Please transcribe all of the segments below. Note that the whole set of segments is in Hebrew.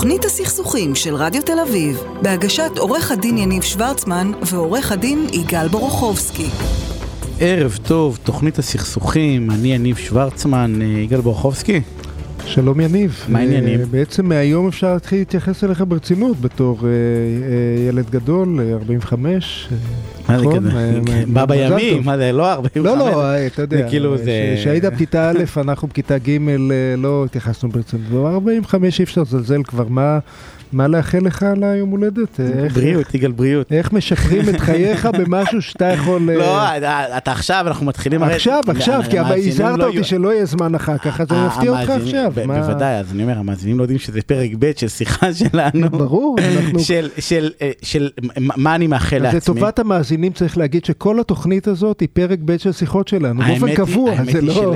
תוכנית הסכסוכים של רדיו תל אביב, בהגשת עורך הדין יניב שוורצמן ועורך הדין יגאל בורוכובסקי. ערב טוב, תוכנית הסכסוכים, אני יניב שוורצמן, יגאל בורוכובסקי. שלום יניב. מה העניינים? בעצם מהיום אפשר להתחיל להתייחס אליך ברצינות בתור ילד גדול, 45. מה זה כזה? בא בימים, מה זה, לא 45? לא, אתה יודע, שהיית בכיתה א', אנחנו בכיתה ג' לא התייחסנו ברצינות. 45 אי אפשר לזלזל כבר, מה לאחל לך על היום הולדת? בריאות, יגאל בריאות. איך משחררים את חייך במשהו שאתה יכול... לא, אתה עכשיו, אנחנו מתחילים... עכשיו, כי הזהרת אותי שלא יהיה זמן אחר כך, אז אני מפתיע אותך עכשיו. בוודאי, אז אני אומר, המאזינים לא יודעים שזה פרק ב' של שיחה שלנו. ברור, אנחנו... של מה אני מאחל לעצמי. אז לטובת המאזינים צריך להגיד שכל התוכנית הזאת היא פרק ב' של שיחות שלנו, באופן קבוע, זה לא...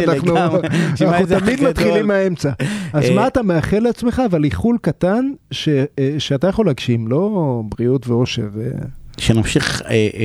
אנחנו תמיד מתחילים מהאמצע. אז מה אתה מאחל לעצמך, אבל איחול קטן שאתה יכול להגשים, לא בריאות ואושר. שנמשיך,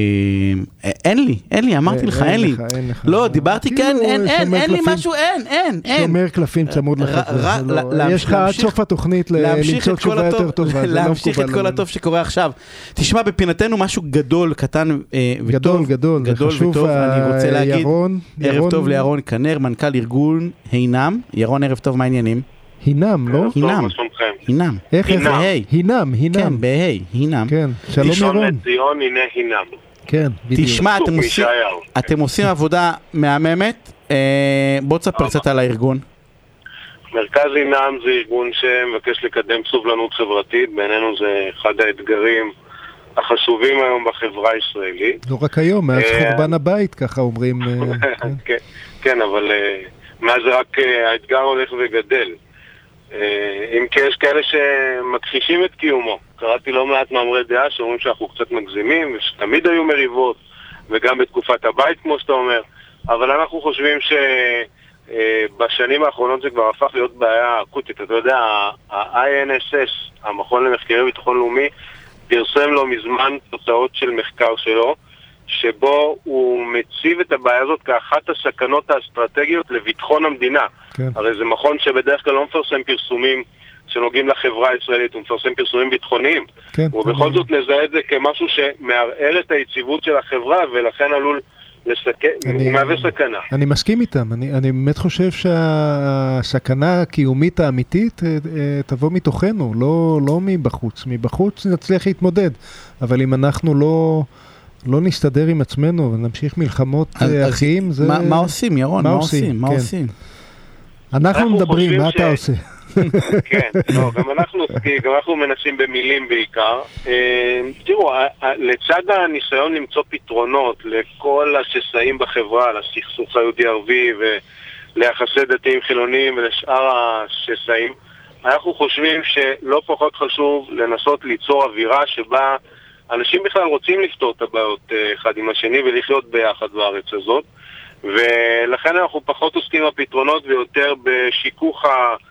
אין לי, אמרתי לך, אין לי. לא, דיברתי כן, אין לי משהו, אין. שומר קלפים צמוד לך. יש לך עד סוף התוכנית למצוא תשובה יותר טובה. להמשיך את כל הטוב שקורה עכשיו. תשמע, בפינתנו משהו גדול, קטן וטוב. גדול וטוב. אני רוצה להגיד, ערב טוב לירון כנר, מנכ"ל ארגון הינם. ירון, ערב טוב, מה העניינים? הינם, לא? הינם. איך? הינם. כן, בהי, הינם. כן, שלום ירון. ראשון לציון, הנה הינם. כן, בדיוק. תשמע, אתם עושים עבודה מהממת. בוא תספר קצת על הארגון. מרכז הינם זה ארגון שמבקש לקדם סובלנות חברתית. בעינינו זה אחד האתגרים החשובים היום בחברה הישראלית. לא רק היום, מאז חורבן הבית, ככה אומרים. כן, אבל מאז זה רק האתגר הולך וגדל. אם כי יש כאלה שמכחישים את קיומו. קראתי לא מעט מאמרי דעה שאומרים שאנחנו קצת מגזימים ושתמיד היו מריבות וגם בתקופת הבית כמו שאתה אומר, אבל אנחנו חושבים שבשנים האחרונות זה כבר הפך להיות בעיה אקוטית. אתה יודע, ה-INSS, המכון למחקרי ביטחון לאומי, פרסם לו מזמן תוצאות של מחקר שלו שבו הוא מציב את הבעיה הזאת כאחת הסכנות האסטרטגיות לביטחון המדינה. כן. הרי זה מכון שבדרך כלל לא מפרסם פרסומים שנוגעים לחברה הישראלית, הוא מפרסם פרסומים ביטחוניים. כן, ובכל זאת נזהה את זה כמשהו שמערער את היציבות של החברה, ולכן עלול הוא מהווה סכנה. אני מסכים איתם, אני באמת חושב שהסכנה הקיומית האמיתית תבוא מתוכנו, לא מבחוץ. מבחוץ נצליח להתמודד, אבל אם אנחנו לא נסתדר עם עצמנו ונמשיך מלחמות אחים, זה... מה עושים, ירון? מה עושים? אנחנו מדברים, מה אתה עושה? כן, גם אנחנו מנסים במילים בעיקר. תראו, לצד הניסיון למצוא פתרונות לכל השסעים בחברה, לסכסוך היהודי-ערבי וליחסי דתיים חילוניים ולשאר השסעים, אנחנו חושבים שלא פחות חשוב לנסות ליצור אווירה שבה אנשים בכלל רוצים לפתור את הבעיות אחד עם השני ולחיות ביחד בארץ הזאת, ולכן אנחנו פחות עוסקים בפתרונות ויותר בשיקוך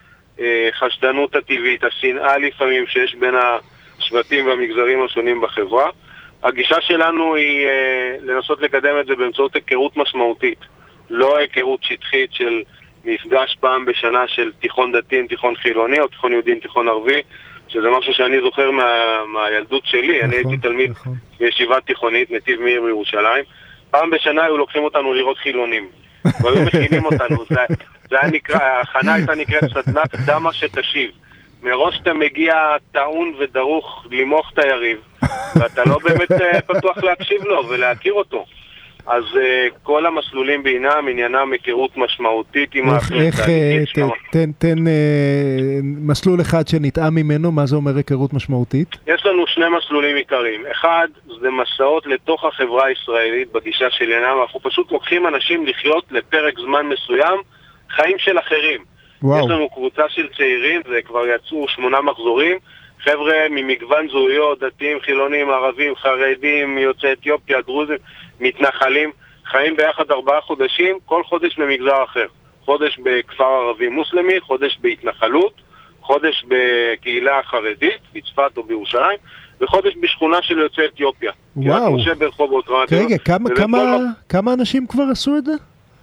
החשדנות הטבעית, השנאה לפעמים שיש בין השבטים והמגזרים השונים בחברה. הגישה שלנו היא לנסות לקדם את זה באמצעות היכרות משמעותית, לא היכרות שטחית של מפגש פעם בשנה של תיכון דתי, תיכון חילוני או תיכון יהודי, תיכון ערבי, שזה משהו שאני זוכר מהילדות שלי. אני הייתי תלמיד בישיבה תיכונית, נתיב מאיר בירושלים. פעם בשנה היו לוקחים אותנו לראות חילונים. והיו מכינים אותנו. זה היה נקרא, ההכנה הייתה נקראת סדנת דמה שתשיב. מראש אתה מגיע טעון ודרוך למוח את היריב, ואתה לא באמת פתוח להקשיב לו ולהכיר אותו. אז כל המסלולים בעינם, עניינם היכרות משמעותית עם האחרים. תן מסלול אחד שנטעם ממנו, מה זה אומר היכרות משמעותית? יש לנו שני מסלולים עיקריים. אחד, זה מסעות לתוך החברה הישראלית בגישה של עניינם. אנחנו פשוט לוקחים אנשים לחיות לפרק זמן מסוים, חיים של אחרים. יש לנו קבוצה של צעירים, זה כבר יצאו 8 מחזורים, חבר'ה ממגוון זהויות, דתיים, חילונים, ערבים, חרדים, יוצאי אתיופיה, דרוזים, מתנחלים, חיים ביחד 4 חודשים, כל חודש במגזר אחר. חודש בכפר ערבי מוסלמי, חודש בהתנחלות, חודש בקהילה חרדית, בצפת או בירושלים, וחודש בשכונה של יוצאי אתיופיה. וואו. רגע, כמה אנשים כבר עשו את זה?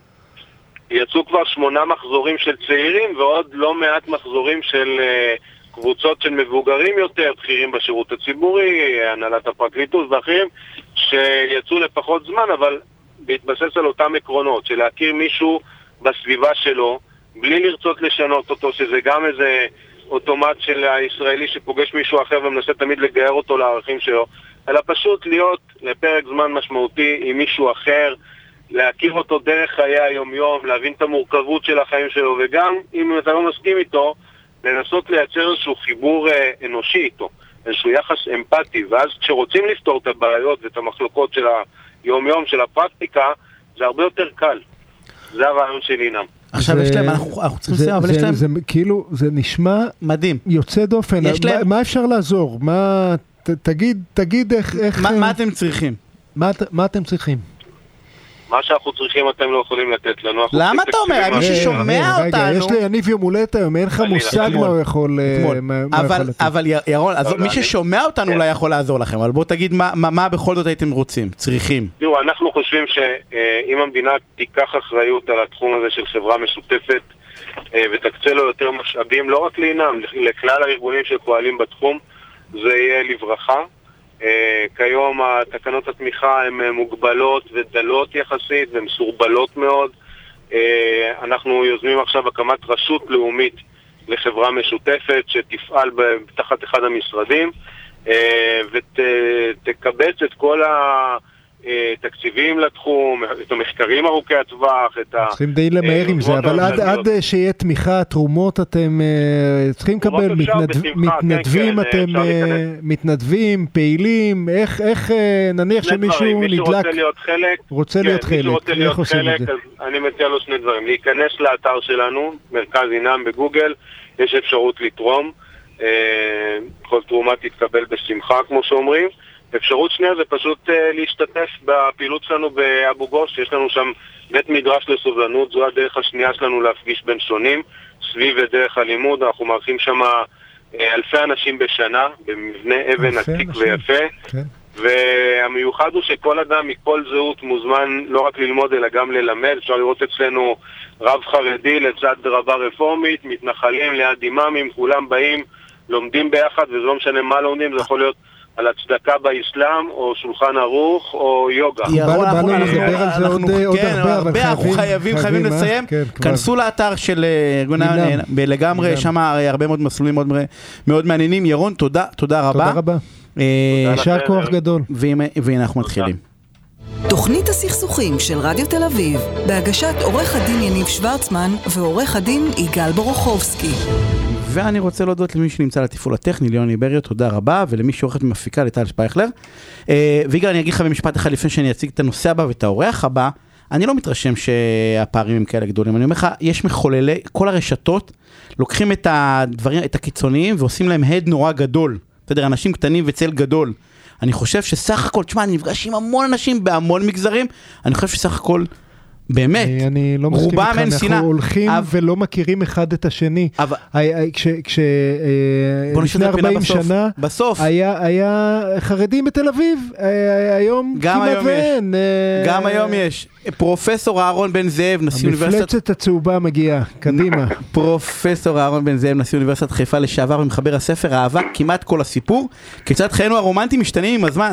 יצאו כבר 8 מחזורים של צעירים, ועוד לא מעט מחזורים של קבוצות של מבוגרים יותר, בכירים בשירות הציבורי, הנהלת הפרקליטות ואחרים, שיצאו לפחות זמן, אבל בהתבסס על אותם עקרונות, של להכיר מישהו בסביבה שלו, בלי לרצות לשנות אותו, שזה גם איזה אוטומט של הישראלי שפוגש מישהו אחר ומנסה תמיד לגייר אותו לערכים שלו, אלא פשוט להיות לפרק זמן משמעותי עם מישהו אחר, להכיר אותו דרך חיי היום-יום, להבין את המורכבות של החיים שלו, וגם אם אתה לא מסכים איתו, לנסות לייצר איזשהו חיבור אנושי איתו, איזשהו יחס אמפתי, ואז כשרוצים לפתור את הבעיות ואת המחלוקות של היום-יום, של הפרקטיקה, זה הרבה יותר קל. זה הרעיון שלי אינם. עכשיו יש להם, אנחנו צריכים לסיים, אבל יש להם... זה כאילו, זה נשמע... מדהים. יוצא דופן. מה אפשר לעזור? תגיד איך... מה אתם צריכים? מה אתם צריכים? מה שאנחנו צריכים אתם לא יכולים לתת לנו. למה אתה אומר? מי ששומע אותנו... רגע, יש לי יניב יום הולדת היום, אין לך מושג מה הוא יכול... אבל ירון, מי ששומע אותנו אולי יכול לעזור לכם, אבל בוא תגיד מה בכל זאת הייתם רוצים, צריכים. תראו, אנחנו חושבים שאם המדינה תיקח אחריות על התחום הזה של חברה משותפת, ותקצה לו יותר משאבים, לא רק לעינם, לכלל הארגונים שפועלים בתחום, זה יהיה לברכה. כיום התקנות התמיכה הן מוגבלות ודלות יחסית ומסורבלות מאוד. אנחנו יוזמים עכשיו הקמת רשות לאומית לחברה משותפת שתפעל תחת אחד המשרדים ותקבץ את כל התקציבים לתחום, את המחקרים ארוכי הטווח, צריכים די למהר עם זה, אבל עד שיהיה תמיכה, תרומות אתם צריכים לקבל, מתנדבים אתם, מתנדבים, פעילים, איך נניח שמישהו נדלק, רוצה להיות חלק, איך עושים את זה? אני מציע לו שני דברים, להיכנס לאתר שלנו, מרכז אינם בגוגל, יש אפשרות לתרום, כל תרומה תתקבל בשמחה כמו שאומרים. אפשרות שנייה זה פשוט להשתתף בפעילות שלנו באבו גוש, יש לנו שם בית מדרש לסובלנות, זו הדרך השנייה שלנו להפגיש בין שונים, סביב ודרך הלימוד, אנחנו מארחים שם אלפי אנשים בשנה, במבנה אבן עתיק ויפה, כן. והמיוחד הוא שכל אדם מכל זהות מוזמן לא רק ללמוד אלא גם ללמד, אפשר לראות אצלנו רב חרדי לצד רבה רפורמית, מתנחלים ליד אימאמים, כולם באים, לומדים ביחד, וזה לא משנה מה לומדים, זה יכול להיות על הצדקה באסלאם, או שולחן ערוך, או יוגה. באנו לדבר על זה עוד הרבה, אנחנו חייבים לסיים. כנסו לאתר של ארגון לגמרי, שם הרבה מאוד מסלולים מאוד מעניינים. ירון, תודה רבה. תודה רבה. יישר כוח גדול. והנה אנחנו מתחילים. תוכנית הסכסוכים של רדיו תל אביב, בהגשת עורך הדין יניב שוורצמן ועורך הדין יגאל בורוכובסקי. ואני רוצה להודות למי שנמצא לתפעול הטכני, ליוני בריו, תודה רבה, ולמי שעורכת מפיקה לטל שפייכלר. ויגאל, אני אגיד לך במשפט אחד לפני שאני אציג את הנושא הבא ואת האורח הבא, אני לא מתרשם שהפערים הם כאלה גדולים. אני אומר לך, יש מחוללי, כל הרשתות לוקחים את הדברים, את הקיצוניים, ועושים להם הד נורא גדול. בסדר, אנשים קטנים וצל גדול. אני חושב שסך הכל, תשמע, אני נפגש עם המון אנשים בהמון מגזרים, אני חושב שסך הכל, באמת, אני לא מסכים איתך, אנחנו הולכים ולא מכירים אחד את השני. לפני 40 שנה, היה חרדים בתל אביב, היום כמעט ואין. גם היום יש. פרופסור אהרון בן זאב, נשיא אוניברסיטת... המפלצת הצהובה מגיעה, קדימה. פרופסור אהרון בן זאב, נשיא אוניברסיטת חיפה לשעבר, ומחבר הספר האהבה, כמעט כל הסיפור, כיצד חיינו הרומנטיים משתנים עם הזמן.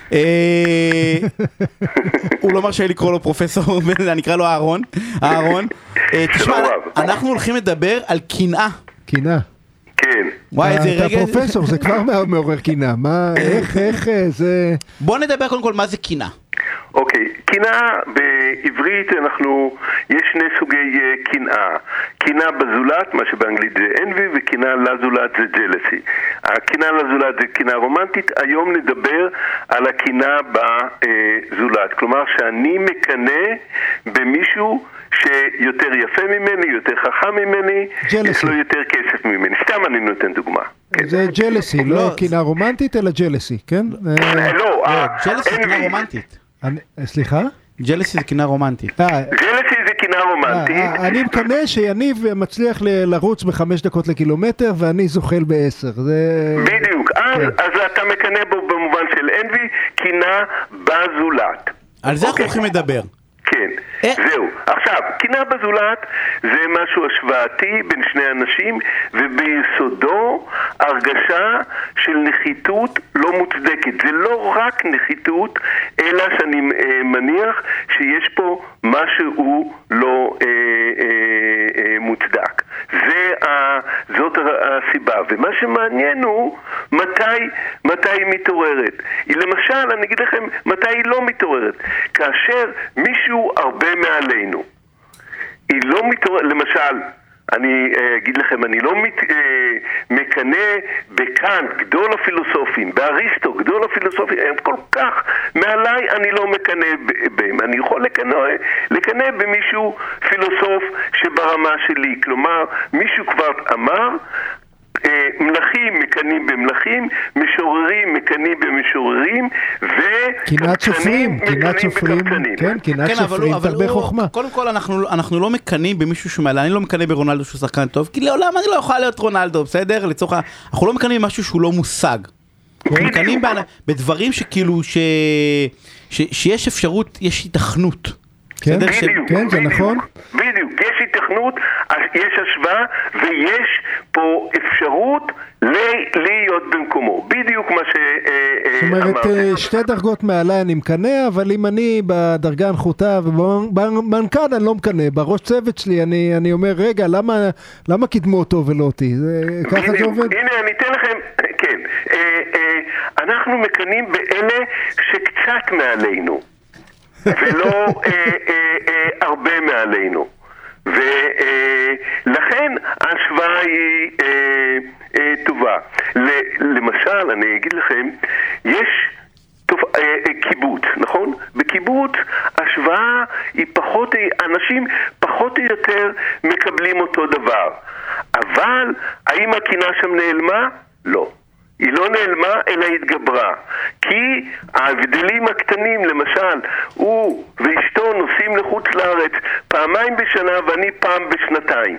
הוא לא מרשה לקרוא לו פרופסור, אני אקרא לו אהרון. תשמע, אנחנו הולכים לדבר על קנאה. קנאה. כן. וואי, איזה רגע... אתה פרופסור, זה כבר מעורר קנאה. איך זה... בוא נדבר קודם כל מה זה קנאה. אוקיי, קנאה בעברית יש שני סוגי קנאה. קנאה בזולת, מה שבאנגלית זה envy, וקנאה לזולת זה jealousy. הקנאה לזולת זה קנאה רומנטית, היום נדבר על הקנאה בזולת. כלומר שאני מקנא במישהו שיותר יפה ממני, יותר חכם ממני, יש לו יותר כסף ממני. סתם אני נותן דוגמה. זה jealousy, לא קנאה רומנטית, אלא jealousy, כן? לא, jealousy זה קנאה רומנטית. סליחה? jealousy זה קנאה רומנטית. jealousy זה קנאה רומנטית. אני מקנא שיניב מצליח לרוץ ב5 דקות לקילומטר, ואני זוחל ב10. בדיוק. אז אתה מקנא בו במובן של envy, קנאה בזולת. על זה אנחנו הולכים לדבר. כן. זהו. עכשיו, קנאה בזולת זה משהו השוואתי בין שני אנשים, וביסודו הרגשה של נחיתות לא מוצדקת. זה לא רק נחיתות, אלא שאני מניח שיש פה משהו לא מוצדק. זאת הסיבה. ומה שמעניין הוא מתי היא מתעוררת. למשל, אני אגיד לכם מתי היא לא מתעוררת. כאשר מישהו הרבה מעלינו. היא לא מתעוררת, למשל, אני אגיד לכם, אני לא מקנה בקאנט, גדול הפילוסופים, באריסטו, גדול הפילוסופים, הם כל כך מעליי, אני לא מקנה בהם. אני יכול לקנה במישהו פילוסוף שברמה שלי. כלומר, מישהו כבר אמר, מלכים מקנים במלכים, משוררים מקנים במשוררים, וקבצנים מקנים בקבצנים. כן, קנאת סופרים תרבה חוכמה. קודם כל אנחנו לא מקנים במישהו שמעלה, אני לא מקנה ברונלדו שהוא שחקן טוב, כי לעולם אני לא יכול להיות רונלדו, בסדר? אנחנו לא מקנים במשהו שהוא לא מושג. אנחנו מקנים בדברים שכאילו, שיש אפשרות, יש התכנות. כן, זה נכון. בדיוק, יש התכנות, יש השוואה, ויש פה אפשרות להיות במקומו. בדיוק מה שאמרתי. זאת אומרת, שתי דרגות מעלה אני מקנה, אבל אם אני בדרגה הנחותה, ובמנכ"ל אני לא מקנה, בראש צוות שלי אני אומר, רגע, למה קידמו אותו ולא אותי? ככה זה עובד? הנה, אני אתן לכם, כן, אנחנו מקנים באלה שקצת מעלינו. ולא הרבה מעלינו. ולכן ההשוואה היא טובה. למשל, אני אגיד לכם, יש קיבוץ, נכון? בקיבוץ השוואה היא אנשים פחות או יותר מקבלים אותו דבר. אבל האם הקנאה שם נעלמה? לא. היא לא נעלמה, אלא התגברה. כי ההבדלים הקטנים, למשל, הוא ואשתו נוסעים לחוץ לארץ פעמיים בשנה ואני פעם בשנתיים.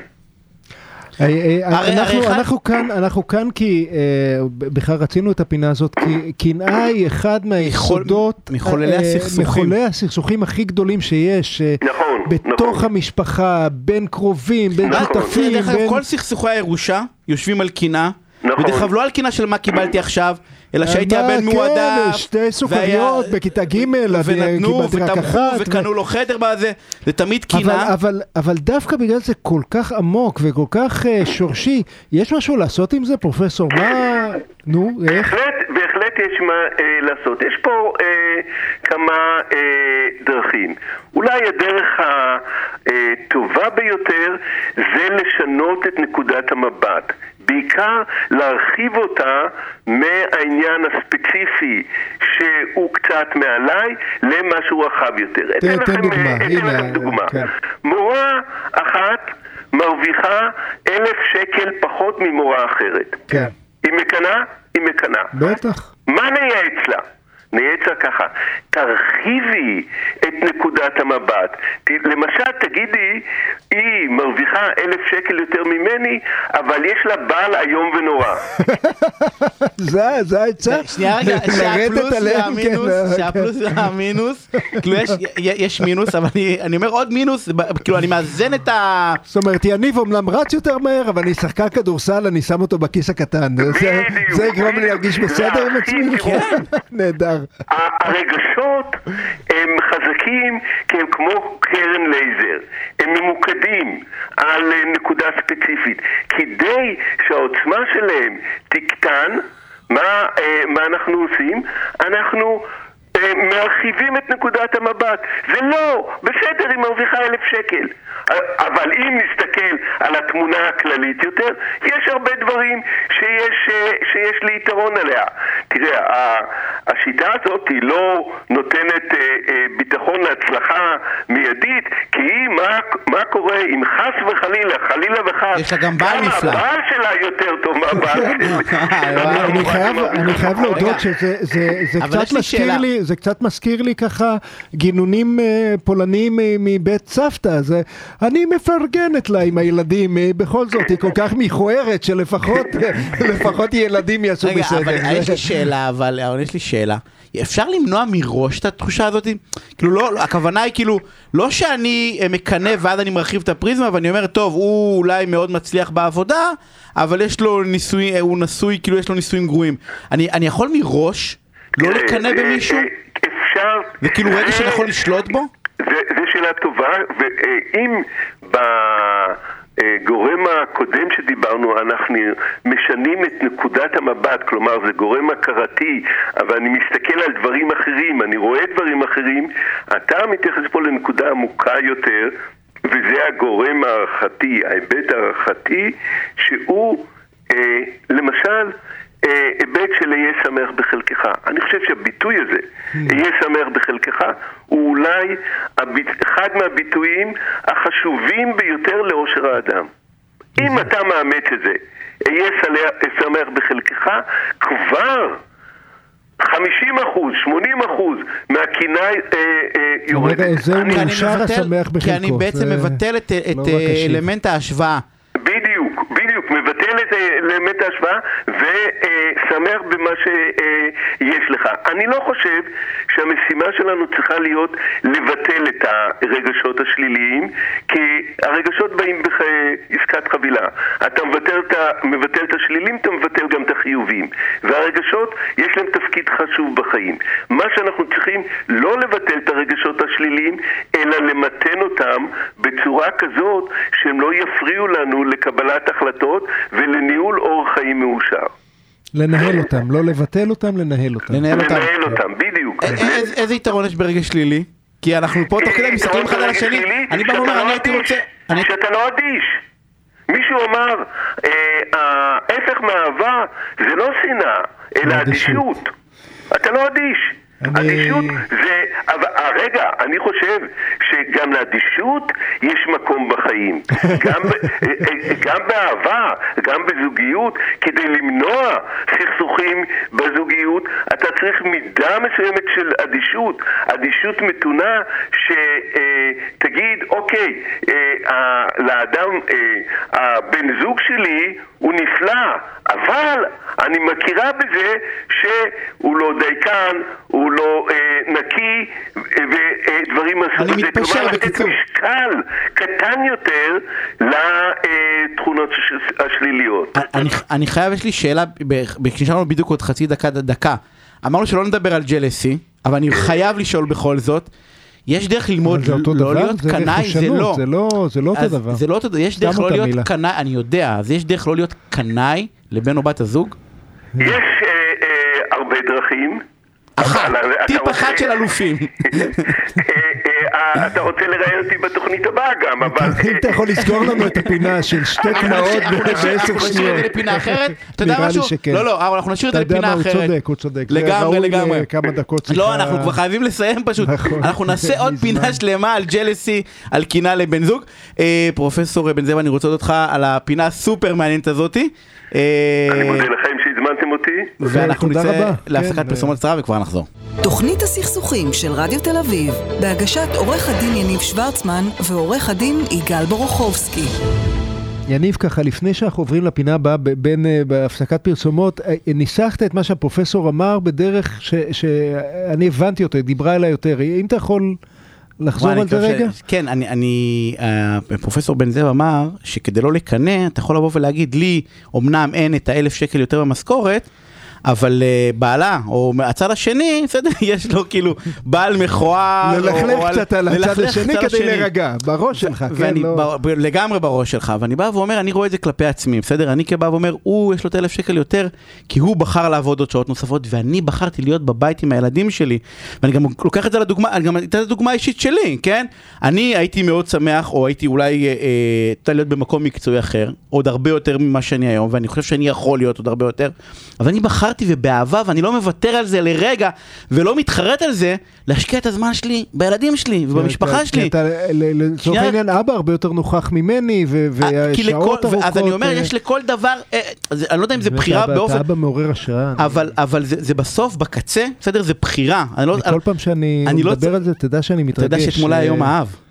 אנחנו כאן כי בכלל רצינו את הפינה הזאת, כי קנאה היא אחד מהיסודות, מחוללי הסכסוכים הכי גדולים שיש, בתוך המשפחה, בין קרובים, בין שותפים. כל סכסוכי הירושה יושבים על קנאה, בדרך כלל לא על קנאה של מה קיבלתי עכשיו, אלא שהייתי הבן מועדף, שתי סוכריות בכיתה ג' ונתנו ותמכו וקנו לו חדר בזה, זה תמיד קנאה. אבל דווקא בגלל זה כל כך עמוק וכל כך שורשי, יש משהו לעשות עם זה, פרופסור? מה? נו, איך? בהחלט יש מה לעשות. יש פה כמה דרכים. אולי הדרך הטובה ביותר זה לשנות את נקודת המבט. בעיקר להרחיב אותה מהעניין הספציפי שהוא קצת מעליי למשהו רחב יותר. תן דוגמה. מורה אחת מרוויחה 1,000 שקל פחות ממורה אחרת. כן. היא מקנה? היא מקנה. בטח. מה נייעץ לה? נייעץ לה ככה, תרחיבי את נקודת המבט. למשל, תגידי, היא מרוויחה 1,000 שקל יותר ממני, אבל יש לה בעל היום ונורא. זה העצה. שנייה רגע, שהפלוס והמינוס, כאילו יש מינוס, אבל אני אומר עוד מינוס, כאילו אני מאזן את ה... זאת אומרת, יניב אומנם רץ יותר מהר, אבל אני שחקן כדורסל, אני שם אותו בכיס הקטן. זה יגרום לי להרגיש בסדר עם עצמי? נהדר. הרגשות הם חזקים כי הם כמו קרן לייזר, הם ממוקדים על נקודה ספציפית. כדי שהעוצמה שלהם תקטן, מה אנחנו עושים? אנחנו מרחיבים את נקודת המבט. זה לא, בסדר, היא מרוויחה 1,000 שקל. אבל אם נסתכל על התמונה הכללית יותר, יש הרבה דברים שיש לי יתרון עליה. תראה, השיטה הזאת היא לא נותנת ביטחון להצלחה מיידית, כי היא, מה קורה אם חס וחלילה, חלילה וחס, יש לה גם בעל נפלא. הבעל שלה יותר טוב מהבעל שלי. אני חייב להודות שזה קצת מזכיר לי, זה קצת מזכיר לי ככה גינונים פולניים מבית סבתא. אני מפרגנת לה עם הילדים, בכל זאת היא כל כך מכוערת שלפחות ילדים יעשו בסדר. רגע, אבל יש לי שאלה, שאלה, אפשר למנוע מראש את התחושה הזאת? כאילו לא, הכוונה היא כאילו, לא שאני מקנה ואז אני מרחיב את הפריזמה, ואני אומר, טוב, הוא אולי מאוד מצליח בעבודה, אבל יש לו ניסוי, הוא נשוי, כאילו יש לו ניסויים גרועים. אני יכול מראש לא לקנה במישהו? אפשר... זה כאילו רגע שאני יכול לשלוט בו? זה שאלה טובה, ואם בגורם הקודם שדיברנו אנחנו משנים את נקודת המבט, כלומר זה גורם הכרתי, אבל אני מסתכל על דברים אחרים, אני רואה דברים אחרים, אתה מתייחס פה לנקודה עמוקה יותר, וזה הגורם הערכתי, ההיבט הערכתי, שהוא למשל היבט של יהיה שמח בחלקך. אני חושב שהביטוי הזה, יהיה שמח בחלקך, הוא אולי אחד מהביטויים החשובים ביותר לאושר האדם. אם אתה מאמץ את זה, יהיה שמח בחלקך, כבר 50%, 80% מהקינה יורדת. זהו מאושר השמח בחלקו. כי אני בעצם מבטל את אלמנט ההשוואה. בדיוק, מבטל את אלמנט ההשוואה ושמח במה שיש לך. אני לא חושב שהמשימה שלנו צריכה להיות לבטל את הרגשות השליליים, כי הרגשות באים בעסקת חבילה. אתה מבטל את השלילים, אתה מבטל גם את החיובים. והרגשות, יש להם תפקיד חשוב בחיים. מה שאנחנו צריכים לא לבטל את הרגשות השליליים, אלא למתן אותם בצורה כזאת שהם לא יפריעו לנו לקבלת החלטות ולניהול אורח חיים מאושר. לנהל אותם, לא לבטל אותם, לנהל אותם. לנהל אותם, בדיוק. איזה יתרון יש ברגע שלילי? כי אנחנו פה תוך כדי מסתכלים אחד על השני. אני בא ואומר, אני הייתי רוצה... שאתה לא אדיש. מישהו אמר, ההפך מאהבה זה לא שנאה, אלא אדישות. אתה לא אדיש. אדישות זה, רגע, אני חושב שגם לאדישות יש מקום בחיים, גם באהבה, גם בזוגיות. כדי למנוע סכסוכים בזוגיות אתה צריך מידה מסוימת של אדישות מתונה, שתגיד אוקיי, לאדם, הבן זוג שלי הוא נפלא, אבל אני מכירה בזה שהוא לא דייקן, הוא לא נקי ודברים מסוים. אני מתפשר בקיצור. משקל קטן יותר לתכונות השליליות. אני חייב, יש לי שאלה, כששאלנו בדיוק עוד חצי דקה. אמרנו שלא נדבר על ג'לסי, אבל אני חייב לשאול בכל זאת, יש דרך ללמוד לא להיות קנאי, זה לא. זה לא אותו דבר. זה לא אותו דבר, יש דרך לא להיות קנאי, אני יודע, אז יש דרך לא להיות קנאי לבן או בת הזוג? יש הרבה דרכים. טיפ אחד של אלופים. אתה רוצה לראיין אותי בתוכנית הבאה גם, אבל... אם אתה יכול לסגור לנו את הפינה של שתי קנאות ב10 שניות. אנחנו נשאיר את זה לפינה אחרת? אתה יודע משהו? לא, אבל אנחנו נשאיר את זה לפינה אחרת. אתה יודע מה, הוא צודק. לגמרי. כמה דקות שיחה... לא, אנחנו כבר חייבים לסיים פשוט. אנחנו נעשה עוד פינה שלמה על ג'לסי, על קינה לבן זוג. פרופסור בן זאב, אני רוצה אותך על הפינה הסופר מעניינת הזאתי. אני מודה לכם שהזמנתם אותי. ואנחנו נצא להפסקת פרסומות קצרה וכבר נחזור. תוכנית הסכסוכים של רדיו תל אביב, בהגשת עורך הדין יניב שוורצמן ועורך הדין יגאל בורוכובסקי. יניב, ככה, לפני שאנחנו עוברים לפינה הבאה, בהפסקת פרסומות, ניסחת את מה שהפרופסור אמר בדרך שאני הבנתי אותו, דיברה אליי יותר. אם אתה יכול לחזור על זה רגע? כן, פרופסור בן זאב אמר שכדי לא לקנא, אתה יכול לבוא ולהגיד לי, אמנם אין את 1,000 שקל יותר במשכורת, אבל בעלה, או הצד השני, בסדר, יש לו כאילו בעל מכוער. ללכלך קצת על הצד השני כדי להירגע, בראש שלך, כן, לא. לגמרי בראש שלך, ואני בא ואומר, אני רואה את זה כלפי עצמי, בסדר? אני כבא ואומר, יש לו 1,000 שקל יותר, כי הוא בחר לעבוד עוד שעות נוספות, ואני בחרתי להיות בבית עם הילדים שלי, ואני גם לוקח את זה לדוגמה, אני גם אתן את הדוגמה האישית שלי, כן? אני הייתי מאוד שמח, או הייתי אולי להיות במקום מקצועי אחר, עוד הרבה יותר ממה שאני היום, ואני חושב שאני יכול להיות עוד הרבה יותר, אבל אני בחרתי ובאהבה, ואני לא מוותר על זה לרגע, ולא מתחרט על זה, להשקיע את הזמן שלי בילדים שלי ובמשפחה שלי. לצורך העניין, אבא הרבה יותר נוכח ממני, ושעות ארוכות. אז אני אומר, יש לכל דבר, אני לא יודע אם זה בחירה באופן... אתה אבא מעורר השראה. אבל זה בסוף, בקצה, בסדר, זה בחירה. כל פעם שאני מדבר על זה, תדע שאני מתרגש. תדע שתמולה היום האב.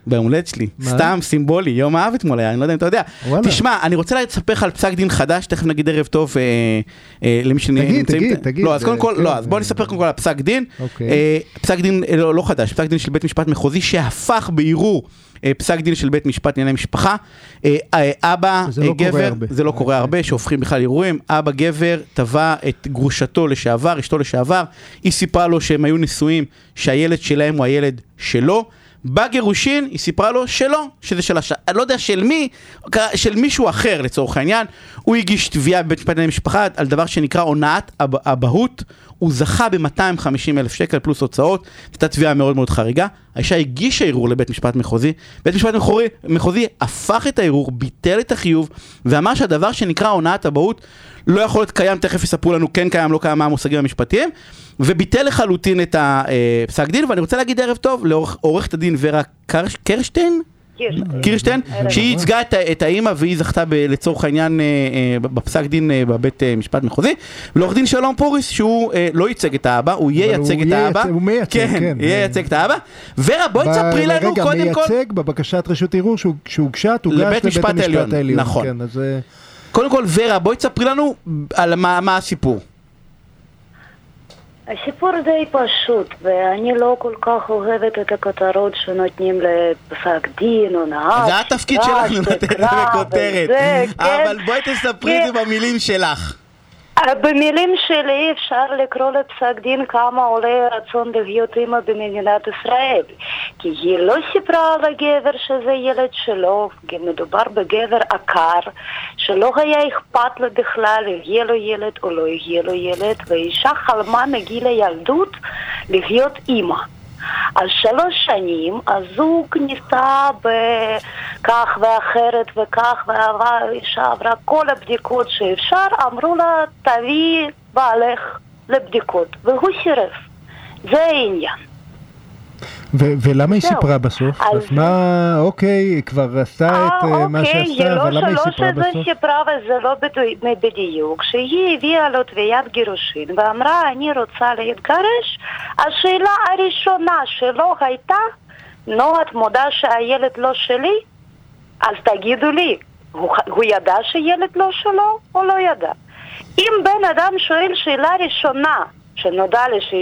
ביום הולדת שלי, סתם סימבולי, יום האב אתמול היה, אני לא יודע אם אתה יודע. תשמע, אני רוצה לספר לך על פסק דין חדש, תכף נגיד ערב טוב למי שנמצאים. תגיד. לא, אז קודם כל, לא, אז בוא נספר קודם כל על פסק דין. פסק דין לא חדש, פסק דין של בית משפט מחוזי שהפך בערעור פסק דין של בית משפט לענייני משפחה. אבא גבר, זה לא קורה הרבה, שהופכים בכלל ערעורים. אבא גבר תבע את גרושתו לשעבר, אשתו לשעבר, היא סיפרה לו שהם היו נשואים, שהילד שלהם הוא הילד שלו. בגירושין היא סיפרה לו שלא, שזה של אני לא יודע של מי, של מישהו אחר לצורך העניין. הוא הגיש תביעה בבית משפט לענייני משפחה על דבר שנקרא הונאת אבהות. הוא זכה ב-250,000 שקל פלוס הוצאות, הייתה תביעה מאוד מאוד חריגה. האישה הגישה ערעור לבית משפט מחוזי, בית משפט מחוזי הפך את הערעור, ביטל את החיוב, ואמר שהדבר שנקרא הונאת אבהות לא יכול להיות קיים, תכף יספרו לנו כן קיים, לא קיים, מה המושגים המשפטיים, וביטל לחלוטין את הפסק דין. ואני רוצה להגיד ערב טוב לעורכת הדין ורה קירשטיין, שהיא ייצגה את האמא והיא זכתה לצורך העניין בפסק דין בבית משפט מחוזי, ולעורך דין שלום פוריס שהוא לא ייצג את האבא, הוא ייצג את האבא, כן, ייצג את האבא. ורה, בואי תספרי לנו קודם כל, מייצג בבקשת רשות ערעור שהוגשה, תוגש לבית המשפט העליון, נכון. קודם כל, ורה, בואי תספרי לנו על מה הסיפור. הסיפור די פשוט, ואני לא כל כך אוהבת את הכותרות שנותנים לפסק דין או נהג. זה התפקיד שלנו לתת את זה בכותרת, אבל בואי תספרי את זה במילים שלך. במילים שלי אפשר לקרוא לפסק דין כמה עולה רצון להיות אמא במדינת ישראל. כי היא לא סיפרה על הגבר שזה ילד שלו, מדובר בגבר עקר, שלא היה אכפת לו בכלל יהיה לו ילד או לא יהיה לו ילד, ואישה חלמה מגיל הילדות להיות אמא. על 3 שנים הזוג ניסה בכך ואחרת וכך, והאישה עברה כל הבדיקות שאפשר, אמרו לה תביא בעלך לבדיקות, והוא סירב. זה העניין. ולמה היא סיפרה בסוף? אז מה, אוקיי, כבר עשתה את מה שעשתה, אבל למה היא סיפרה בסוף? לא שזה סיפרה וזה לא בדיוק, שהיא הביאה לו תביעת גירושין ואמרה אני רוצה להתגרש. השאלה הראשונה שלו הייתה, נו, את מודה שהילד לא שלי? אז תגידו לי, הוא ידע שילד לא שלו או לא ידע? אם בן אדם שואל שאלה ראשונה שנודע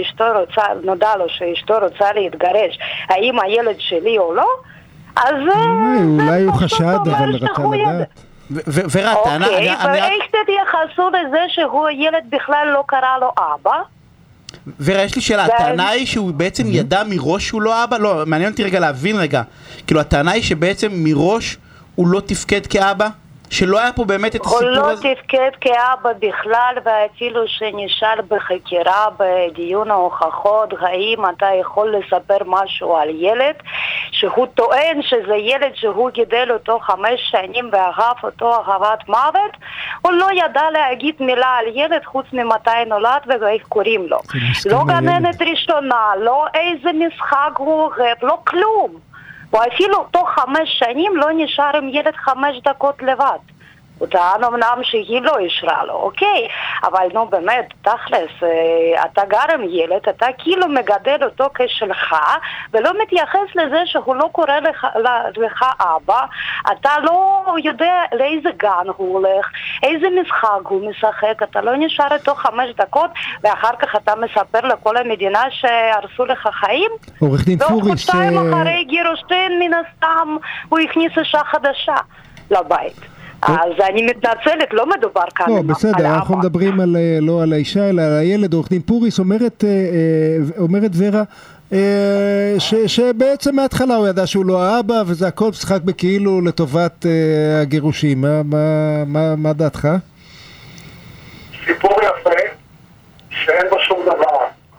לו שאשתו רוצה להתגרש, האם הילד שלי או לא, אז אולי הוא חשד, אבל רצה לדעת. אוקיי, ואיך תתייחסו לזה שהוא ילד בכלל לא קרא לו אבא? יש לי שאלה, הטענה היא שהוא בעצם ידע מראש שהוא לא אבא? לא, מעניין אותי רגע להבין רגע, כאילו הטענה היא שבעצם מראש הוא לא תפקד כאבא? שלא היה פה באמת את הסיפור הזה? הוא לא תפקד כאבא בכלל, ואפילו שנשאל בחקירה בדיון ההוכחות, האם אתה יכול לספר משהו על ילד, שהוא טוען שזה ילד שהוא גידל אותו 5 שנים ואהב אותו אהבת מוות, הוא לא ידע להגיד מילה על ילד חוץ ממתי נולד ואיך קוראים לו. לא גננת ראשונה, לא איזה משחק הוא אוהב, לא כלום. ואפילו תוך 5 שנים לא נשאר עם ילד 5 דקות לבד. הוא טען אמנם שהיא לא אישרה לו, אוקיי, אבל נו באמת, תכלס, אתה גר עם ילד, אתה כאילו מגדל אותו כשלך, ולא מתייחס לזה שהוא לא קורא לך אבא, אתה לא יודע לאיזה גן הוא הולך, איזה משחק הוא משחק, אתה לא נשאר איתו 5 דקות, ואחר כך אתה מספר לכל המדינה שהרסו לך חיים? עורך דין פוריס... ועוד 2 אחרי גירושין מן הסתם, הוא הכניס אישה חדשה לבית. אז אני מתנצלת, לא מדובר כאן על האבא. בסדר, אנחנו מדברים לא על האישה, אלא על הילד. עורך דין פוריס אומרת ורה, שבעצם מההתחלה הוא ידע שהוא לא האבא, וזה הכל משחק בכאילו לטובת הגירושים. מה דעתך? סיפור יפה, שאין בו שום דבר.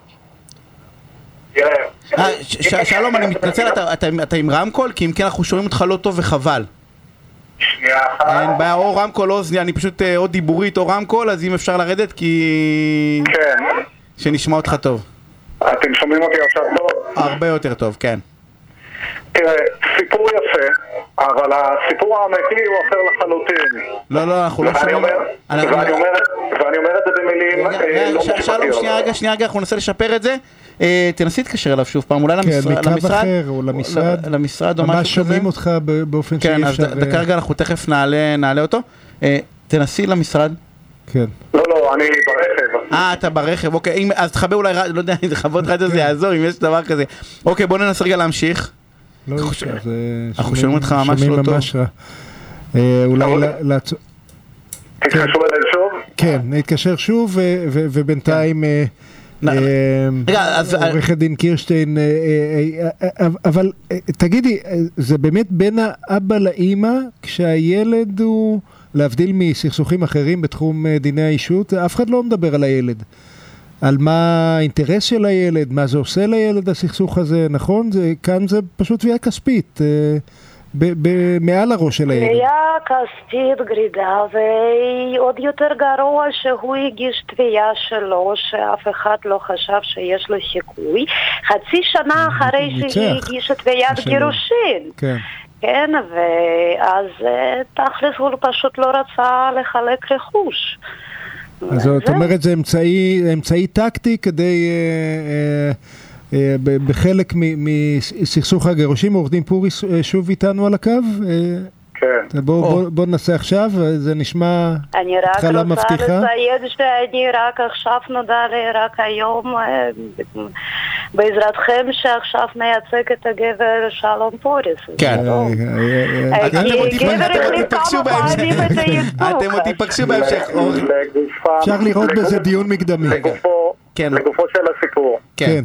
שלום, אני מתנצל, אתה עם רמקול? כי אם כן אנחנו שומעים אותך לא טוב וחבל. שנייה אחת. אין בעיה, או רמקול או אוזניה, אני פשוט או דיבורית או רמקול, אז אם אפשר לרדת כי... כן. שנשמע אותך טוב. אתם שומעים אותי עכשיו טוב? הרבה יותר טוב, כן. תראה, סיפור יפה, אבל הסיפור האמיתי הוא אחר לחלוטין. לא, אנחנו לא שומעים... ואני אומר את זה במילים לא משפטיות. שלום, שנייה רגע, אנחנו ננסה לשפר את זה. תנסי להתקשר אליו שוב פעם, אולי למשרד. כן, מקו אחר או למשרד. למשרד או משהו כזה. ממש שומעים אותך באופן שאי אפשר. כן, אז כרגע אנחנו תכף נעלה אותו. תנסי למשרד. כן. לא, אני ברכב. אתה ברכב, אוקיי, אז תחבר אולי, לא יודע, אם זה חוות רדיו זה יעזור, אם יש דבר כזה. אוקיי, בוא ננסה רגע להמשיך. לא אפשר, אנחנו שומעים אותך ממש לא טוב. אולי תתקשרו אליי שוב? כן, נתקשר שוב, ובינתיים עורך הדין קירשטיין, אבל תגידי, זה באמת בין האבא לאמא, כשהילד הוא, להבדיל מסכסוכים אחרים בתחום דיני האישות, אף אחד לא מדבר על הילד. על מה האינטרס של הילד, מה זה עושה לילד הסכסוך הזה, נכון? כאן זה פשוט תביעה כספית, מעל הראש של הילד. תביעה כספית גרידה, ועוד יותר גרוע שהוא הגיש תביעה שלו, שאף אחד לא חשב שיש לו סיכוי. חצי שנה אחרי שהיא הגישה תביעת גירושין. כן. כן, ואז תכלס הוא פשוט לא רצה לחלק רכוש. אז זאת אומרת, זה אמצעי טקטי כדי, בחלק מסכסוך הגירושים, עורך דין פוריס שוב איתנו על הקו? כן. בוא ננסה עכשיו, זה נשמע התחלה מבטיחה. אני רק רוצה לציין שאני רק עכשיו נודע לי, רק היום, בעזרתכם שעכשיו מייצג את הגבר שלום פוריס. כן. כי גבר החליט כמה פעמים את הייצוג. אתם עוד תיפגשו בהמשך. אפשר לראות בזה דיון מקדמי. לגופו של הסיפור. כן.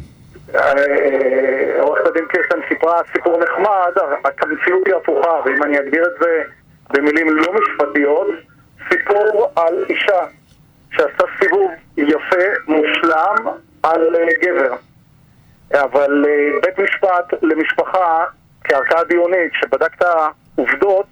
עורכת הדין קירשטיין סיפרה סיפור נחמד, המציאות היא הפוכה, ואם אני אגדיר את זה במילים לא משפטיות, סיפור על אישה שעשתה סיבוב יפה, מושלם, על גבר. אבל בית משפט למשפחה, כערכאה דיונית, שבדק את העובדות,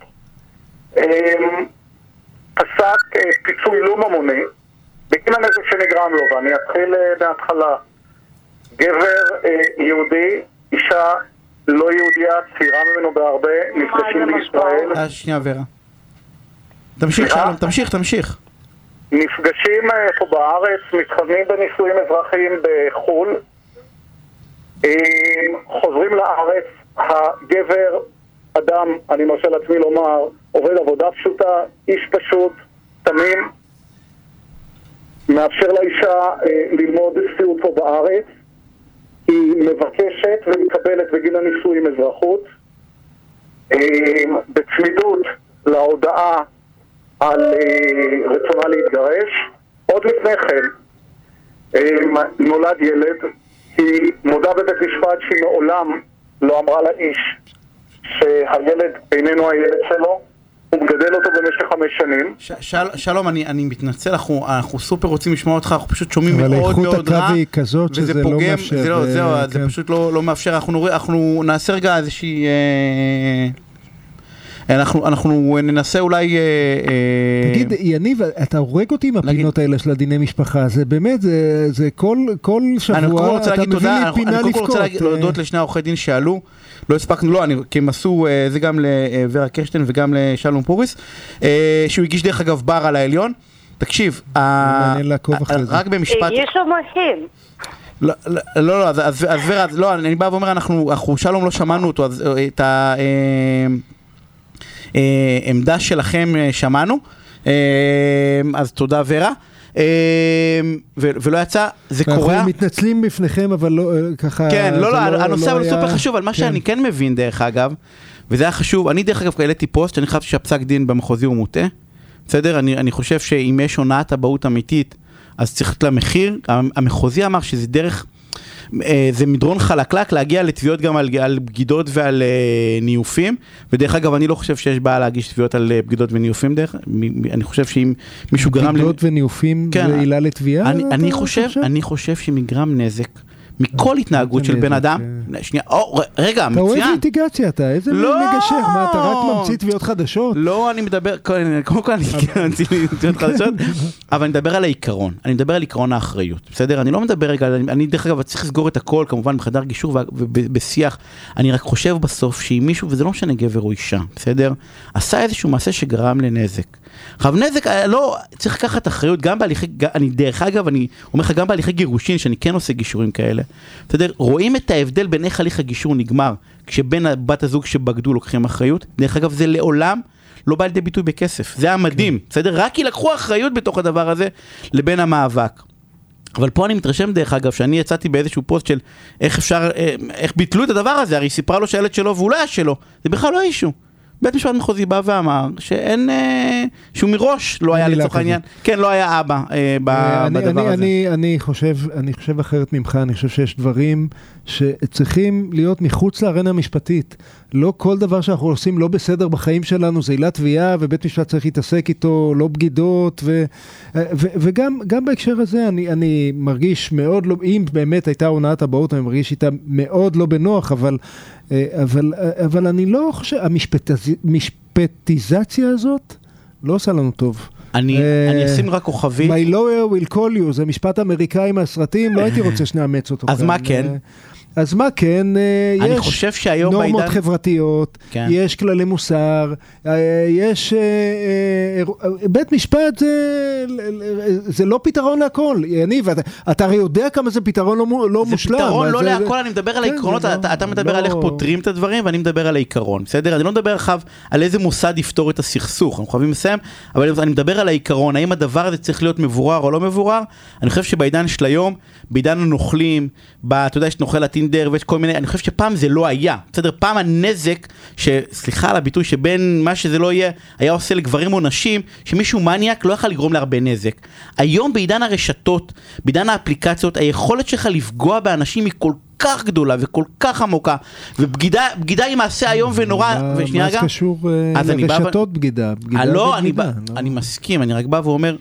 פסק פיצוי לא ממוני, בגין הנזק שנגרם לו, ואני אתחיל מההתחלה. גבר יהודי, אישה לא יהודיה, צעירה ממנו בהרבה, נפגשים בישראל. שנייה ורה. תמשיך שלום, תמשיך. נפגשים פה בארץ, מתחתנים בנישואים אזרחיים בחול, חוזרים לארץ, הגבר, אדם, אני מרשה לעצמי לומר, עובד עבודה פשוטה, איש פשוט, תמים, מאפשר לאישה ללמוד סיעוד פה בארץ, היא מבקשת ומקבלת בגיל הנישואים אזרחות, בצמידות להודעה על רצונה להתגרש. עוד לפני כן נולד ילד, היא מודה בבית משפט שהיא מעולם לא אמרה לאיש שהילד איננו הילד שלו, הוא מגדל אותו במשך 5 שנים. שלום, אני מתנצל, אנחנו סופר רוצים לשמוע אותך, אנחנו פשוט שומעים מאוד מאוד רע. אבל איכות הקו היא כזאת שזה לא מאפשר. זה פשוט לא מאפשר, אנחנו נעשה רגע איזושהי... אנחנו ננסה אולי... תגיד, יניב, אתה הורג אותי עם הפינות האלה של הדיני משפחה, זה באמת, זה כל שבוע אתה מביא לי פינה לבכות. אני רוצה להודות לשני עורכי דין שעלו, לא הספקנו, לא, כי הם עשו, זה גם לוורה קירשטיין וגם לשלום פוריס, שהוא הגיש דרך אגב בר על העליון. תקשיב, רק במשפט... יש המחים. לא, אז ורה, לא, אני בא ואומר, אנחנו שלום לא שמענו אותו, את העמדה שלכם שמענו, אז תודה ורה. ולא יצא, זה קורה. אנחנו מתנצלים בפניכם, אבל לא ככה... כן, לא, הנושא אבל סופר חשוב, אבל מה שאני כן מבין דרך אגב, וזה היה חשוב, אני דרך אגב העליתי פוסט, אני חושב שהפסק דין במחוזי הוא מוטה, בסדר? אני חושב שאם יש הונאת אבהות אמיתית, אז צריך לתת לה מחיר. המחוזי אמר שזה דרך, זה מדרון חלקלק להגיע לתביעות גם על בגידות ועל ניופים, ודרך אגב אני לא חושב שיש בעיה להגיש תביעות על בגידות וניופים, אני חושב שאם מישהו גרם... בגידות וניופים זה עילה לתביעה? אני חושב שמגרם נזק מכל התנהגות של בן אדם, שנייה, רגע, מצוין. אתה אוהב ליטיגציה, אתה איזה מגשר, מה, אתה רק ממציא תביעות חדשות? לא, אני מדבר, קודם כל אני ממציא תביעות חדשות, אבל אני מדבר על העיקרון, אני מדבר על עיקרון האחריות, בסדר? אני לא מדבר רגע, אני דרך אגב צריך לסגור את הכל, כמובן בחדר גישור ובשיח, אני רק חושב בסוף שאם מישהו, וזה לא משנה גבר או אישה, בסדר? עשה איזשהו מעשה שגרם לנזק. עכשיו נזק, לא, צריך לקחת אחריות גם בהליכי, אני דרך אגב, אני אומר לך גם בהליכי גירושין, שאני כן עושה גישורים כאלה, בסדר? רואים את ההבדל בין איך הליך הגישור נגמר, כשבין בת הזוג שבגדו לוקחים אחריות, דרך אגב זה לעולם לא בא לידי ביטוי בכסף, זה המדהים, בסדר? רק כי לקחו אחריות בתוך הדבר הזה לבין המאבק. אבל פה אני מתרשם דרך אגב, שאני יצאתי באיזשהו פוסט של איך ביטלו את הדבר הזה, הרי היא סיפרה לו שהילד שלו והוא לא היה שלו, זה בכלל לא אישו. בית משפט מחוזי בא ואמר שאין, שהוא מראש לא היה לצורך העניין, כן, לא היה אבא בדבר הזה. אני חושב אחרת ממך, אני חושב שיש דברים שצריכים להיות מחוץ לארנה המשפטית. לא כל דבר שאנחנו עושים לא בסדר בחיים שלנו, זה עילת תביעה, ובית משפט צריך להתעסק איתו, לא בגידות, וגם בהקשר הזה אני מרגיש מאוד לא, אם באמת הייתה עונת הבאות, אני מרגיש איתה מאוד לא בנוח, אבל אני לא חושב, המשפטיזציה הזאת לא עושה לנו טוב. אני אשים רק כוכבי. My lawyer will call you, זה משפט אמריקאי מהסרטים, לא הייתי רוצה שנאמץ אותו. אז מה כן? אז מה כן, יש נורמות חברתיות, יש כללי מוסר, יש בית משפט, זה לא פתרון להכל, יניב, אתה הרי יודע כמה זה פתרון לא מושלם. זה פתרון לא להכל, אני מדבר על העקרונות, אתה מדבר על איך פותרים את הדברים, ואני מדבר על העיקרון, בסדר? אני לא מדבר על איזה מוסד יפתור את הסכסוך, אנחנו חייבים לסיים, אבל אני מדבר על העיקרון, האם הדבר הזה צריך להיות מבורר או לא מבורר? אני חושב שבעידן של היום, בעידן הנוכלים, אתה יודע, יש נוכל הטינדר ויש כל מיני, אני חושב שפעם זה לא היה, בסדר? פעם הנזק, סליחה על הביטוי, שבין מה שזה לא יהיה, היה עושה לגברים או נשים, שמישהו מניאק לא יכול לגרום להרבה נזק. היום בעידן הרשתות, בעידן האפליקציות, היכולת שלך לפגוע באנשים היא כל כך גדולה וכל כך עמוקה, ובגידה היא מעשה היום ונורא, ושנייה רגע. מה זה קשור לרשתות בגידה? לא, אני מסכים, אני רק בא ואומר,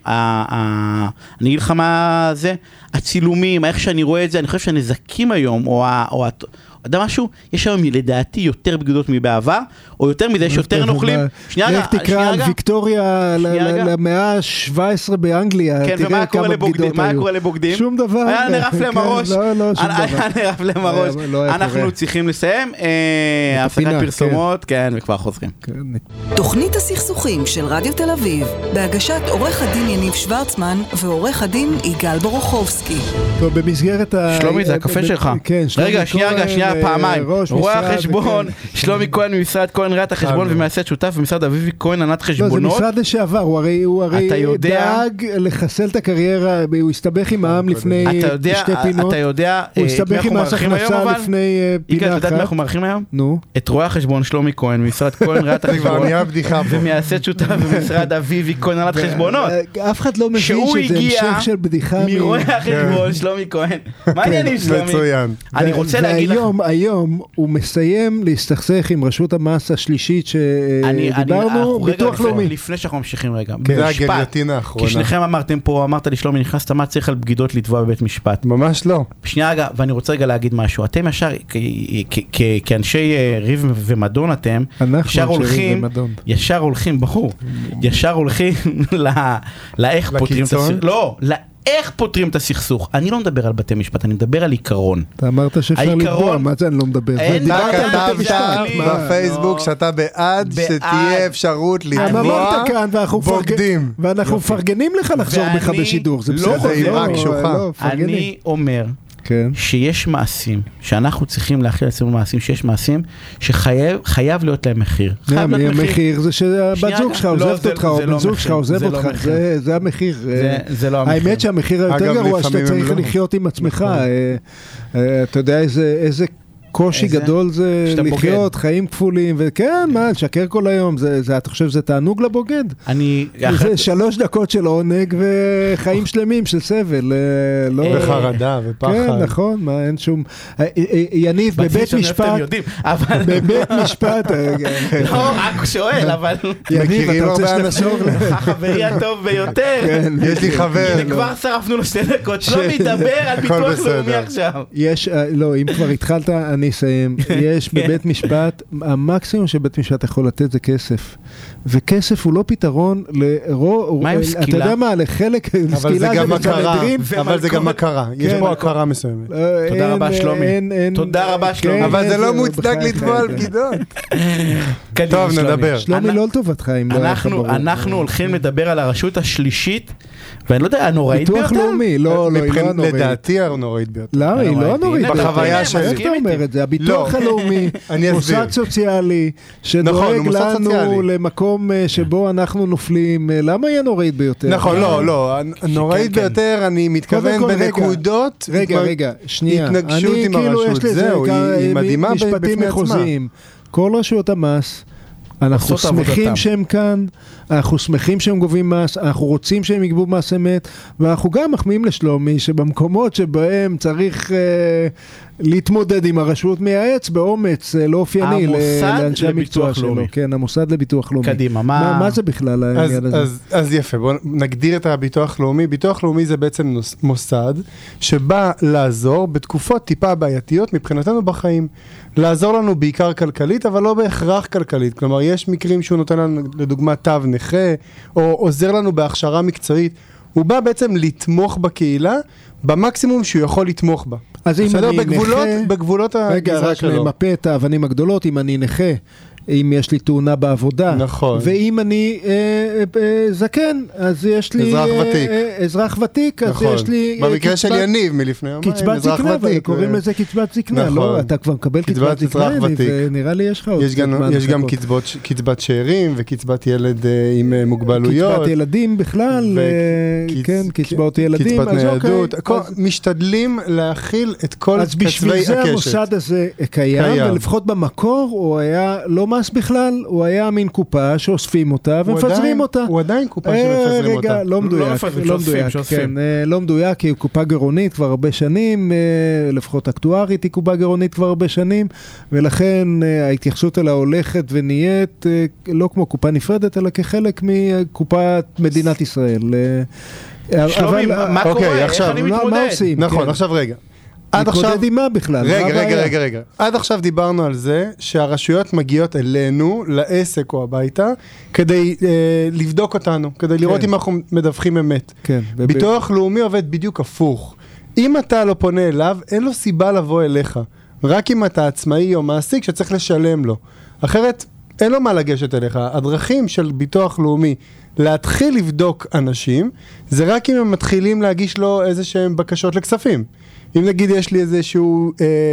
אני אגיד לך מה זה, הצילומים, איך שאני רואה את זה, אני חושב שהנזקים היום, או אתה משהו, יש היום לדעתי יותר בגידות מבעבר, או יותר מזה שיותר נוכלים. לך תקרא על ויקטוריה למאה ה-17 באנגליה, תראה כמה בגידות היו. מה היה קורה לבוגדים? שום דבר. היה נרף להם הראש. לא, שום דבר. היה נרף להם הראש. אנחנו צריכים לסיים. הפסקת פרסומות, כן, וכבר חוזרים. תוכנית הסכסוכים של רדיו תל אביב, בהגשת עורך הדין יניב שוורצמן ועורך הדין יגאל בורוכובסקי. טוב, במסגרת שלומי, זה הקפה שלך. רגע, שנייה, פעמיים. רואה החשבון, שלומי כהן ממשרד כהן ראיית החשבון ומייסד שותף במשרד אביבי כהן ענת חשבונות. לא, זה משרד לשעבר, הוא הרי דאג לחסל את הקריירה, הוא הסתבך עם העם לפני שתי פינות. אתה יודע, הוא הסתבך עם מס הכנסה לפני פינה אחת. אתה יודע מה אנחנו מארחים היום? נו. את רואה החשבון שלומי כהן ממשרד כהן ראיית החשבון ומייסד שותף במשרד אביבי כהן ענת חשבונות. אף אחד לא מבין שזה המשך של בדיחה מרואה החשבון שלומי כהן. מה העניינים שלומי? אני רוצה להגיד לך היום הוא מסיים להסתכסך עם רשות המס השלישית שדיברנו, ביטוח לאומי. לפני שאנחנו ממשיכים רגע, במשפט, כי שניכם אמרתם פה, אמרת לי שלומי, נכנסת מה צריך על בגידות לתבוע בבית משפט? ממש לא. שנייה רגע, ואני רוצה רגע להגיד משהו, אתם ישר, כאנשי ריב ומדון אתם, ישר הולכים, ברור, ישר הולכים לאיך פותרים את הסכסוך, לא, איך פותרים את הסכסוך? אני לא מדבר על בתי משפט, אני מדבר על עיקרון. אתה אמרת שאפשר לקבוע, מה זה אני לא מדבר? אתה כתבת בפייסבוק שאתה בעד שתהיה אפשרות לתבוע בוגדים. ואנחנו מפרגנים לך לחזור בך בשידור, זה בסדר. אני אומר שיש מעשים, שאנחנו צריכים להכיל לעצמנו מעשים, שיש מעשים שחייב להיות להם מחיר. המחיר זה שהבת זוג שלך עוזבת אותך, או בן זוג שלך עוזב אותך, זה המחיר. זה לא המחיר. האמת שהמחיר היותר גרוע שאתה צריך לחיות עם עצמך. אתה יודע איזה קושי גדול זה לחיות, חיים כפולים, וכן, מה, לשקר כל היום, אתה חושב שזה תענוג לבוגד? זה 3 דקות של עונג וחיים שלמים של סבל. וחרדה ופחד. כן, נכון, מה, אין שום... יניב, בבית משפט... לא, רק שואל, אבל... יניב, אתה רוצה שנשור לך? החברי הטוב ביותר. יש לי חבר. כבר שרפנו לו 2 דקות, לא מדבר על ביטוח לאומי עכשיו. לא, אם כבר התחלת... אני אסיים. יש בבית משפט, המקסימום שבית משפט יכול לתת זה כסף. וכסף הוא לא פתרון מה עם סקילה? אתה יודע מה, לחלק אבל זה גם הכרה. אבל זה גם הכרה. יש פה הכרה מסוימת. תודה רבה שלומי. תודה רבה שלומי. אבל זה לא מוצדק לתבוע על בגידות. טוב, נדבר. שלומי לא לטובתך. אנחנו הולכים לדבר על הרשות השלישית, ואני לא יודע, הנוראית ביותר? ביטוח לאומי, לא הנוראית. לדעתי הנוראית ביותר. לא, היא לא הנוראית. בחוויה שלי. איך אתה אומר את זה? הביטוח הלאומי, מוסד סוציאלי, שדואג לנו למקום שבו אנחנו נופלים, למה היא הנוראית ביותר? נכון, לא, הנוראית ביותר, אני מתכוון בנקודות, רגע, שנייה. התנגשות עם הרשות, זהו, היא מדהימה בפני עצמה. כל רשויות המס, אנחנו שמחים שהם כאן, אנחנו שמחים שהם גובים מס, אנחנו רוצים שהם יגבו מס אמת, ואנחנו גם מחמיאים לשלומי שבמקומות שבהם צריך להתמודד עם הרשות מייעץ באומץ לא אופייני לאנשי המקצוע שלו. כן, המוסד לביטוח לאומי. קדימה, מה זה בכלל העניין הזה? אז יפה, בואו נגדיר את הביטוח לאומי. ביטוח לאומי זה בעצם מוסד שבא לעזור בתקופות טיפה בעייתיות מבחינתנו בחיים. לעזור לנו בעיקר כלכלית, אבל לא בהכרח כלכלית. כלומר, יש מקרים שהוא נותן לנו, לדוגמה, תו נכה, או עוזר לנו בהכשרה מקצועית. הוא בא בעצם לתמוך בקהילה, במקסימום שהוא יכול לתמוך בה. אז אם אני נכה... בגבולות הגזרה שלו. רגע, רק למפה את האבנים הגדולות, אם אני נכה, אם יש לי תאונה בעבודה, נכון. ואם אני זקן, אז יש לי אזרח ותיק, אז נכון. יש לי במקרה של יניב מלפני יומיים, קצבת זקנה, קוראים לזה קצבת זקנה, נכון. לא, אתה כבר מקבל קצבת זקנה, ונראה לי יש לך עוד יש גם קצבת שאירים, וקצבת ילד עם מוגבלויות. קצבת ילדים בכלל, כן, קצבאות ילדים. קצבת ניידות, משתדלים להכיל את כל אז בשביל זה המוסד הזה קיים, ולפחות במקור הוא היה לא מס בכלל, הוא היה מין קופה שאוספים אותה ומפזרים אותה. הוא עדיין קופה שמפזרים אותה. רגע, לא מדויק, לא מדויק, כי הוא קופה גירעונית כבר הרבה שנים, לפחות אקטוארית היא קופה גירעונית כבר הרבה שנים, ולכן ההתייחסות אליה הולכת ונהיית לא כמו קופה נפרדת, אלא כחלק מקופת מדינת ישראל. שלומי, מה קורה? איך אני מתמודד? מה עושים? נכון, עכשיו רגע. מתמודד עם מה בכלל? רגע. עד עכשיו דיברנו על זה שהרשויות מגיעות אלינו, לעסק או הביתה, כדי לבדוק אותנו, כדי לראות אם אנחנו מדווחים אמת. ביטוח לאומי עובד בדיוק הפוך. אם אתה לא פונה אליו, אין לו סיבה לבוא אליך. רק אם אתה עצמאי או מעסיק שצריך לשלם לו. אחרת, אין לו מה לגשת אליך. הדרכים של ביטוח לאומי להתחיל לבדוק אנשים, זה רק אם הם מתחילים להגיש לו איזה שהם בקשות לכספים. אם נגיד יש לי איזשהו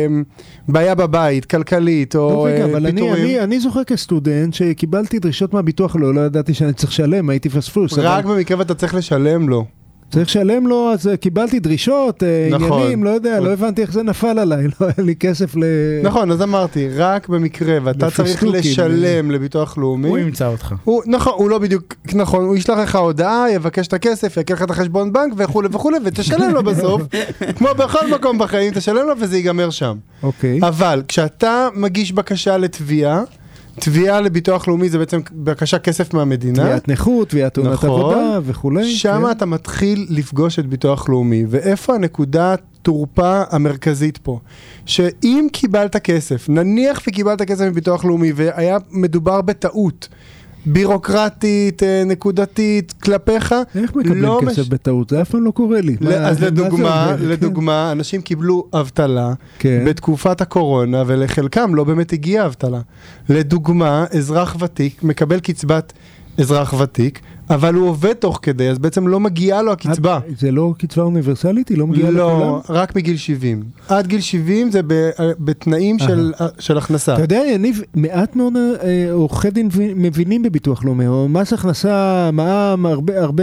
בעיה בבית, כלכלית או פיתורים. אני זוכר כסטודנט שקיבלתי דרישות מהביטוח, לא ידעתי שאני צריך לשלם, הייתי פספוס. רק במקרה ואתה צריך לשלם לו. צריך לשלם לו, אז קיבלתי דרישות, עניינים, לא יודע, לא הבנתי איך זה נפל עליי, לא היה לי כסף נכון, אז אמרתי, רק במקרה, ואתה צריך לשלם לביטוח לאומי. הוא ימצא אותך. נכון, הוא לא בדיוק, נכון, הוא ישלח לך הודעה, יבקש את הכסף, יקר לך את החשבון בנק וכו' וכו', ותשלם לו בסוף, כמו בכל מקום בחיים, תשלם לו וזה ייגמר שם. אבל כשאתה מגיש בקשה לתביעה, תביעה לביטוח לאומי זה בעצם בקשה כסף מהמדינה. תביעת נכות, תביעת תאונת עבודה וכו'. שם אתה מתחיל לפגוש את ביטוח לאומי. ואיפה הנקודה תורפה המרכזית פה? שאם קיבלת כסף, נניח וקיבלת כסף מביטוח לאומי, והיה מדובר בטעות, בירוקרטית, נקודתית, כלפיך, איך מקבלים כסף בטעות? זה אף פעם לא קורה לי. אז לדוגמה, אנשים קיבלו אבטלה בתקופת הקורונה, ולחלקם לא באמת הגיעה אבטלה. לדוגמה, אזרח ותיק מקבל קצבת אזרח ותיק, אבל הוא עובד תוך כדי, אז בעצם לא מגיעה לו הקצבה. זה לא קצבה אוניברסלית? היא לא מגיעה לכולם? לא, רק מגיל 70. עד גיל 70 זה בתנאים של הכנסה. אתה יודע, יניב, מעט מאוד עורכי דין מבינים בביטוח לאומי, או מס הכנסה, מע"מ, הרבה,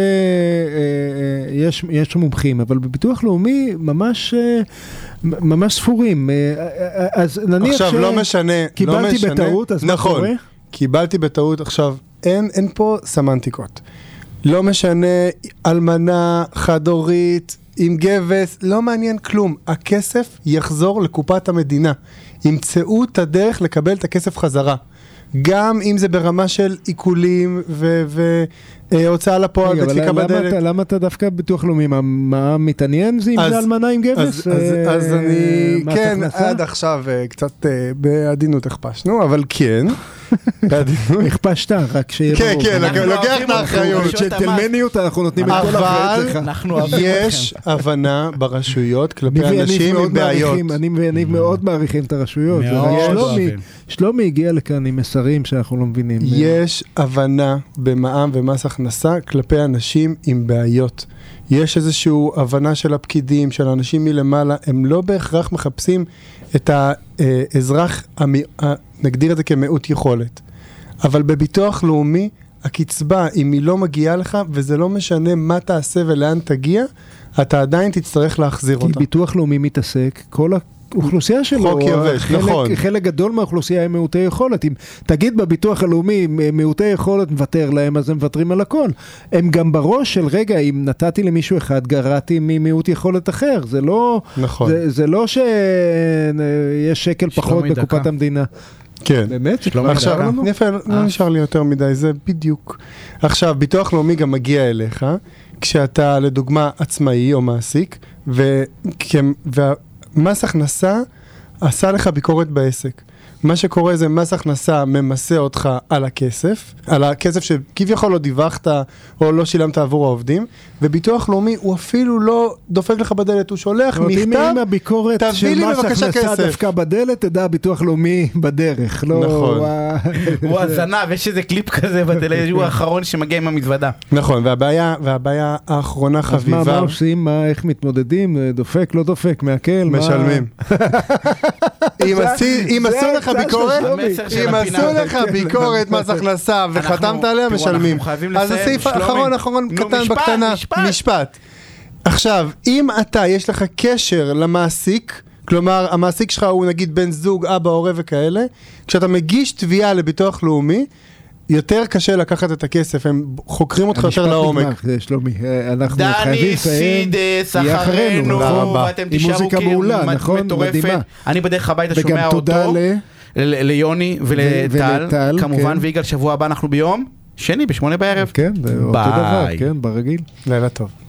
יש מומחים, אבל בביטוח לאומי ממש ספורים. אז נניח עכשיו, לא משנה. קיבלתי בטעות, אז מה קורה? קיבלתי בטעות, עכשיו, אין פה סמנטיקות. לא משנה, אלמנה, חד-הורית, עם גבס, לא מעניין כלום. הכסף יחזור לקופת המדינה. ימצאו את הדרך לקבל את הכסף חזרה. גם אם זה ברמה של עיקולים והוצאה לפועל ודפיקה בדלת. למה אתה דווקא ביטוח לאומי? מה מתעניין זה אם זה אלמנה עם גבס? אז אני, כן, עד עכשיו קצת בעדינות הכפשנו, אבל כן. הכפשת, רק שיהיה ברור. כן, כן, לוקח את האחריות. שתלמניות אנחנו נותנים את כל האחריות שלך. אבל יש הבנה ברשויות כלפי אנשים עם בעיות. אני ואני מאוד מעריכים את הרשויות. שלומי הגיע לכאן עם מסרים שאנחנו לא מבינים. יש הבנה במע"מ ומס הכנסה כלפי אנשים עם בעיות. יש איזושהי הבנה של הפקידים, של האנשים מלמעלה, הם לא בהכרח מחפשים את האזרח, נגדיר את זה כמיעוט יכולת. אבל בביטוח לאומי, הקצבה, אם היא לא מגיעה לך, וזה לא משנה מה תעשה ולאן תגיע, אתה עדיין תצטרך להחזיר אותה. כי ביטוח לאומי מתעסק, כל האוכלוסייה שלו, חוק יבש, נכון. חלק גדול מהאוכלוסייה הם מעוטי יכולת. אם תגיד בביטוח הלאומי, מעוטי יכולת מוותר להם, אז הם מוותרים על הכל. הם גם בראש של רגע, אם נתתי למישהו אחד, גרעתי ממיעוט יכולת אחר. זה לא, נכון. זה לא שיש שקל פחות בקופת המדינה. כן. באמת? עכשיו, לא נשאר לי יותר מדי, זה בדיוק. עכשיו, ביטוח לאומי גם מגיע אליך, כשאתה לדוגמה עצמאי או מעסיק, ומס הכנסה עשה לך ביקורת בעסק. מה שקורה זה מס הכנסה ממסה אותך על הכסף שכביכול לא דיווחת או לא שילמת עבור העובדים, וביטוח לאומי הוא אפילו לא דופק לך בדלת, הוא שולח מכתב, אם הביקורת של מס הכנסה דווקא בדלת, תדע ביטוח לאומי בדרך. נכון. הוא הזנב, יש איזה קליפ כזה בטלוויזיה, הוא האחרון שמגיע עם המזוודה. נכון, והבעיה האחרונה חביבה. אז מה עושים, איך מתמודדים, דופק, לא דופק, מעכל, משלמים. אם עשו לך ביקורת מס הכנסה וחתמת עליה, משלמים. אז הסעיף האחרון קטן בקטנה, משפט. עכשיו, אם יש לך קשר למעסיק, כלומר המעסיק שלך הוא נגיד בן זוג, אבא, הורה וכאלה, כשאתה מגיש תביעה לביטוח לאומי, יותר קשה לקחת את הכסף, הם חוקרים אותך יותר לעומק. שלומי, אנחנו חייבים דני סידס אחרינו, ואתם תישארו כאילו מטורפת. אני בדרך הביתה שומע אותו, ליוני ולטל, כמובן, ויגאל, שבוע הבא אנחנו ביום שני, ב8 בערב. כן, אותו דבר, כן, ברגיל. לילה טוב.